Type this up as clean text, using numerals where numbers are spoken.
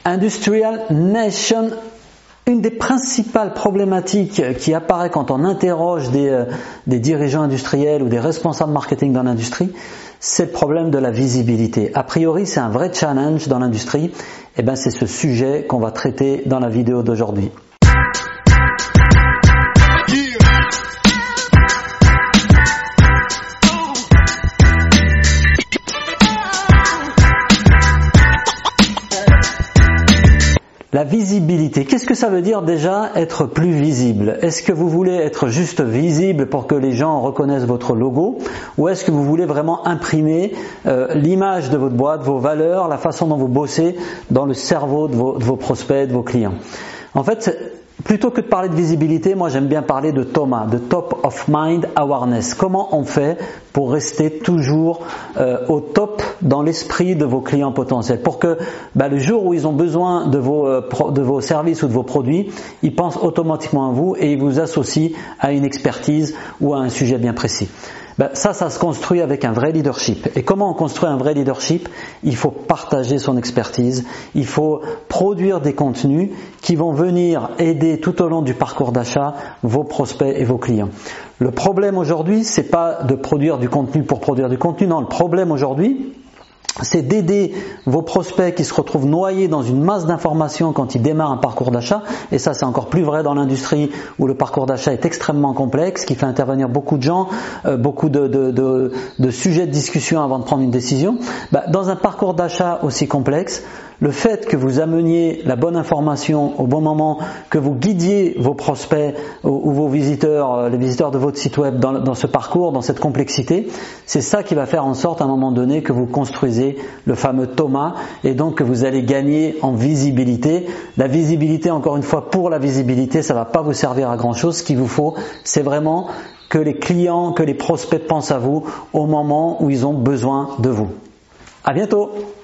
Industrial Nation. Une des principales problématiques qui apparaît quand on interroge des dirigeants industriels ou des responsables marketing dans l'industrie, c'est le problème de la visibilité. A priori, c'est un vrai challenge dans l'industrie. Et bien, c'est ce sujet qu'on va traiter dans la vidéo d'aujourd'hui. La visibilité, qu'est-ce que ça veut dire déjà être plus visible? Est-ce que vous voulez être juste visible pour que les gens reconnaissent votre logo, ou est-ce que vous voulez vraiment imprimer l'image de votre boîte, vos valeurs, la façon dont vous bossez dans le cerveau de vos prospects, de vos clients? En fait, plutôt que de parler de visibilité, moi j'aime bien parler de TOMA, de Top of Mind Awareness. Comment on fait pour rester toujours au top dans l'esprit de vos clients potentiels, pour que le jour où ils ont besoin de vos services ou de vos produits, ils pensent automatiquement à vous et ils vous associent à une expertise ou à un sujet bien précis. Ça se construit avec un vrai leadership. Et comment on construit un vrai leadership? Il faut partager son expertise, il faut produire des contenus qui vont venir aider tout au long du parcours d'achat vos prospects et vos clients. Le problème aujourd'hui, c'est pas de produire du contenu pour produire du contenu, non, le problème aujourd'hui, c'est d'aider vos prospects qui se retrouvent noyés dans une masse d'informations quand ils démarrent un parcours d'achat, et ça c'est encore plus vrai dans l'industrie où le parcours d'achat est extrêmement complexe, qui fait intervenir beaucoup de gens, beaucoup de sujets de discussion avant de prendre une décision. Dans un parcours d'achat aussi complexe, le fait que vous ameniez la bonne information au bon moment, que vous guidiez vos prospects ou vos visiteurs, les visiteurs de votre site web dans ce parcours, dans cette complexité, c'est ça qui va faire en sorte à un moment donné que vous construisez le fameux TOMA et donc que vous allez gagner en visibilité. La visibilité, encore une fois, pour la visibilité, ça ne va pas vous servir à grand chose. Ce qu'il vous faut, c'est vraiment que les clients, que les prospects pensent à vous au moment où ils ont besoin de vous. À bientôt!